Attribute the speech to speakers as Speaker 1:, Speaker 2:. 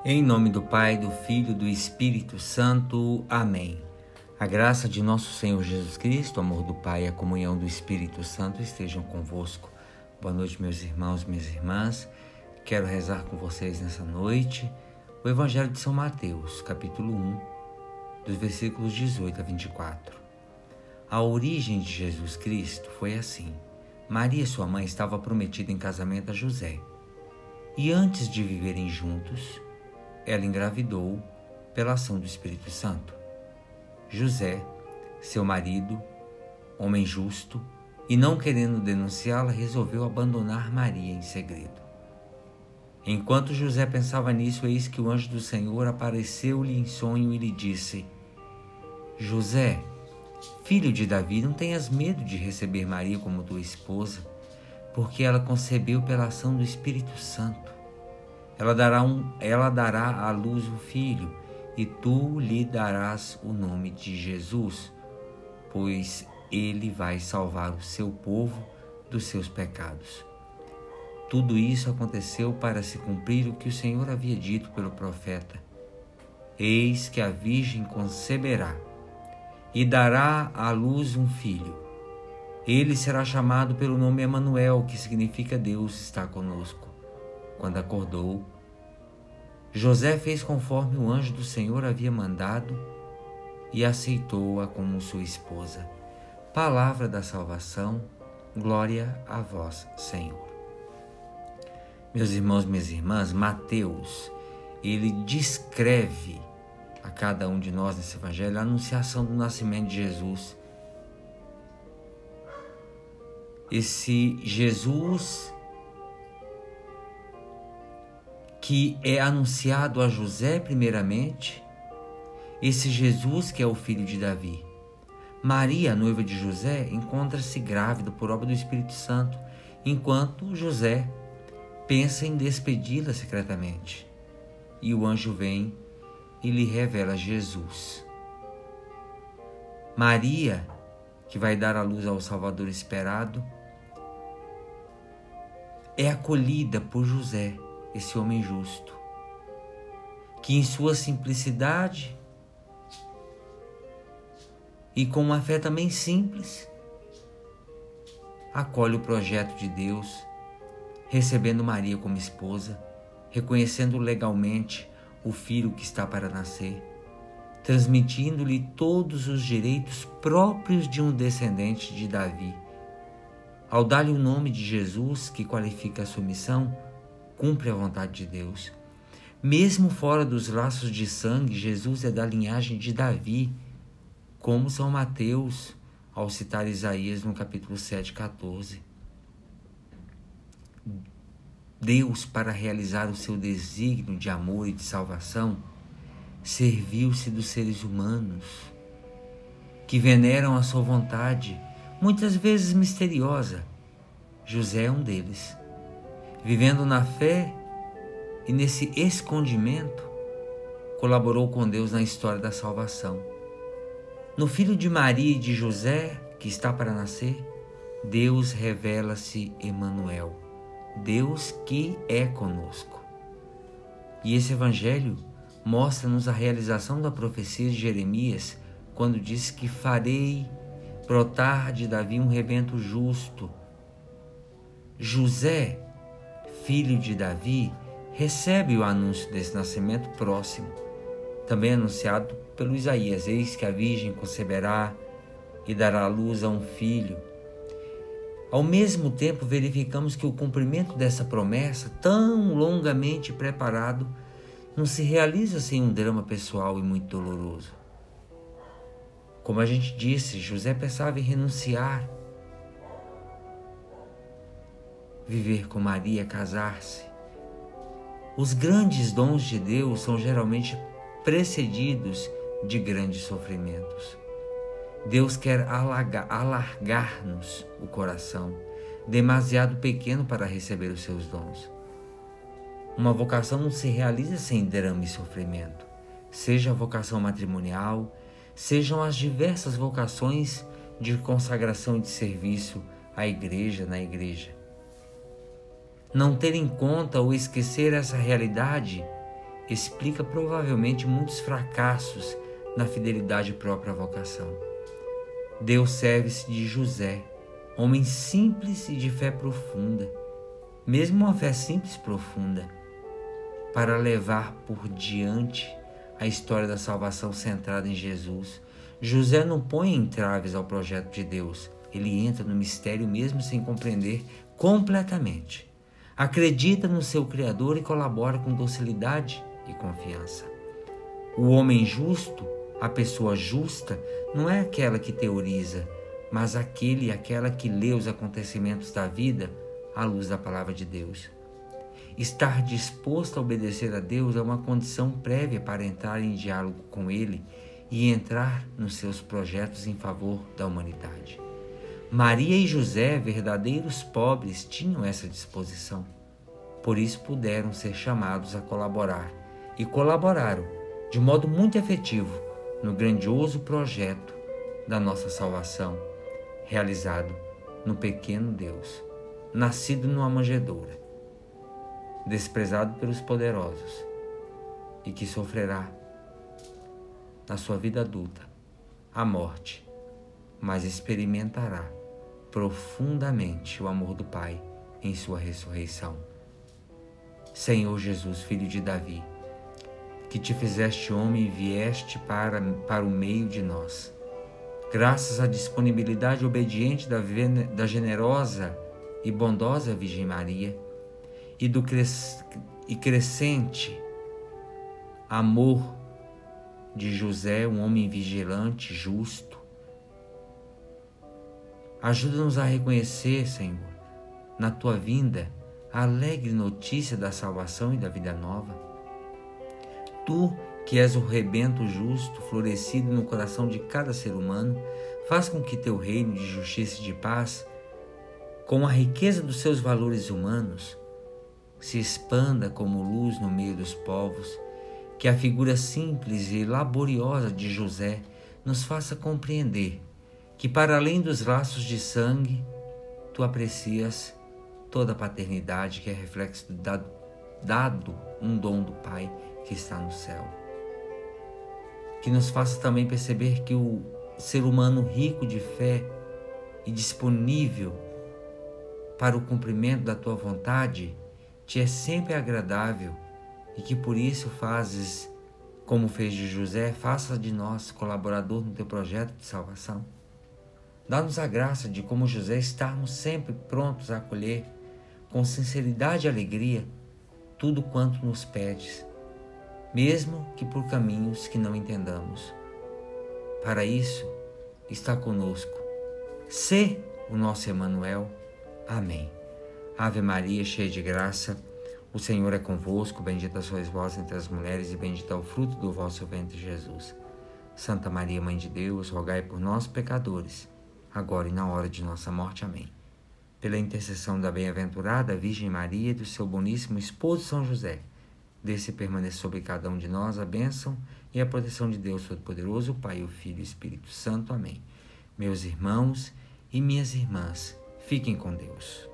Speaker 1: Em nome do Pai, do Filho e do Espírito Santo. Amém. A graça de nosso Senhor Jesus Cristo, o amor do Pai e a comunhão do Espírito Santo estejam convosco. Boa noite, meus irmãos, minhas irmãs. Quero rezar com vocês nessa noite o Evangelho de São Mateus, capítulo 1, dos versículos 18 a 24. A origem de Jesus Cristo foi assim. Maria, sua mãe, estava prometida em casamento a José. E antes de viverem juntos, ela engravidou pela ação do Espírito Santo. José, seu marido, homem justo, e não querendo denunciá-la, resolveu abandonar Maria em segredo. Enquanto José pensava nisso, eis que o anjo do Senhor apareceu-lhe em sonho e lhe disse: José, filho de Davi, não tenhas medo de receber Maria como tua esposa, porque ela concebeu pela ação do Espírito Santo. Ela dará à luz um filho, e tu lhe darás o nome de Jesus, pois ele vai salvar o seu povo dos seus pecados. Tudo isso aconteceu para se cumprir o que o Senhor havia dito pelo profeta: Eis que a Virgem conceberá e dará à luz um filho. Ele será chamado pelo nome Emanuel, que significa Deus está conosco. Quando acordou, José fez conforme o anjo do Senhor havia mandado e aceitou-a como sua esposa. Palavra da salvação, glória a vós, Senhor. Meus irmãos, minhas irmãs, Mateus, ele descreve a cada um de nós nesse evangelho a anunciação do nascimento de Jesus. Esse Jesus que é anunciado a José primeiramente, esse Jesus que é o filho de Davi. Maria, a noiva de José, encontra-se grávida por obra do Espírito Santo, enquanto José pensa em despedi-la secretamente. E o anjo vem e lhe revela Jesus. Maria, que vai dar à luz ao Salvador esperado, é acolhida por José, esse homem justo, que em sua simplicidade e com uma fé também simples, acolhe o projeto de Deus, recebendo Maria como esposa, reconhecendo legalmente o filho que está para nascer, transmitindo-lhe todos os direitos próprios de um descendente de Davi. Ao dar-lhe o nome de Jesus, que qualifica a sua missão, cumpre a vontade de Deus. Mesmo fora dos laços de sangue, Jesus é da linhagem de Davi, como São Mateus, ao citar Isaías no capítulo 7:14. Deus, para realizar o seu desígnio de amor e de salvação, serviu-se dos seres humanos, que veneram a sua vontade, muitas vezes misteriosa. José é um deles. Vivendo na fé e nesse escondimento, colaborou com Deus na história da salvação. No filho de Maria e de José, que está para nascer, Deus revela-se Emanuel, Deus que é conosco. E esse evangelho mostra-nos a realização da profecia de Jeremias, quando diz que farei brotar de Davi um rebento justo. José, filho de Davi, recebe o anúncio desse nascimento próximo, também anunciado pelo Isaías: eis que a Virgem conceberá e dará à luz a um filho. Ao mesmo tempo, verificamos que o cumprimento dessa promessa, tão longamente preparado, não se realiza sem um drama pessoal e muito doloroso. Como a gente disse, José pensava em renunciar, viver com Maria, casar-se. Os grandes dons de Deus são geralmente precedidos de grandes sofrimentos. Deus quer alargar-nos o coração, demasiado pequeno para receber os seus dons. Uma vocação não se realiza sem drama e sofrimento, seja a vocação matrimonial, sejam as diversas vocações de consagração e de serviço à igreja, na igreja. Não ter em conta ou esquecer essa realidade explica provavelmente muitos fracassos na fidelidade própria à vocação. Deus serve-se de José, homem simples e de fé profunda, mesmo uma fé simples e profunda, para levar por diante a história da salvação centrada em Jesus. José não põe entraves ao projeto de Deus, ele entra no mistério mesmo sem compreender completamente. Acredita no seu Criador e colabora com docilidade e confiança. O homem justo, a pessoa justa, não é aquela que teoriza, mas aquele e aquela que lê os acontecimentos da vida à luz da palavra de Deus. Estar disposto a obedecer a Deus é uma condição prévia para entrar em diálogo com Ele e entrar nos seus projetos em favor da humanidade. Maria e José, verdadeiros pobres, tinham essa disposição. Por isso puderam ser chamados a colaborar, e colaboraram de modo muito efetivo no grandioso projeto da nossa salvação, realizado no pequeno Deus, nascido numa manjedoura, desprezado pelos poderosos e que sofrerá na sua vida adulta a morte, mas experimentará profundamente o amor do Pai em sua ressurreição. Senhor Jesus, filho de Davi, que te fizeste homem e vieste para o meio de nós, graças à disponibilidade obediente da generosa e bondosa Virgem Maria e do crescente amor de José, um homem vigilante, justo. Ajuda-nos a reconhecer, Senhor, na Tua vinda, a alegre notícia da salvação e da vida nova. Tu, que és o rebento justo, florescido no coração de cada ser humano, faz com que Teu reino de justiça e de paz, com a riqueza dos seus valores humanos, se expanda como luz no meio dos povos, que a figura simples e laboriosa de José nos faça compreender que, para além dos laços de sangue, Tu aprecias toda a paternidade que é reflexo dado um dom do Pai que está no céu. Que nos faça também perceber que o ser humano rico de fé e disponível para o cumprimento da Tua vontade Te é sempre agradável e que por isso fazes, como fez de José, faça de nós colaborador no Teu projeto de salvação. Dá-nos a graça de, como José, estarmos sempre prontos a acolher, com sinceridade e alegria, tudo quanto nos pedes, mesmo que por caminhos que não entendamos. Para isso, está conosco. Sê o nosso Emanuel. Amém. Ave Maria, cheia de graça, o Senhor é convosco, bendita sois vós entre as mulheres e bendito é o fruto do vosso ventre, Jesus. Santa Maria, Mãe de Deus, rogai por nós, pecadores, agora e na hora de nossa morte. Amém. Pela intercessão da bem-aventurada Virgem Maria e do seu boníssimo esposo São José, desce e permaneça sobre cada um de nós a bênção e a proteção de Deus Todo-Poderoso, o Pai, o Filho e o Espírito Santo. Amém. Meus irmãos e minhas irmãs, fiquem com Deus.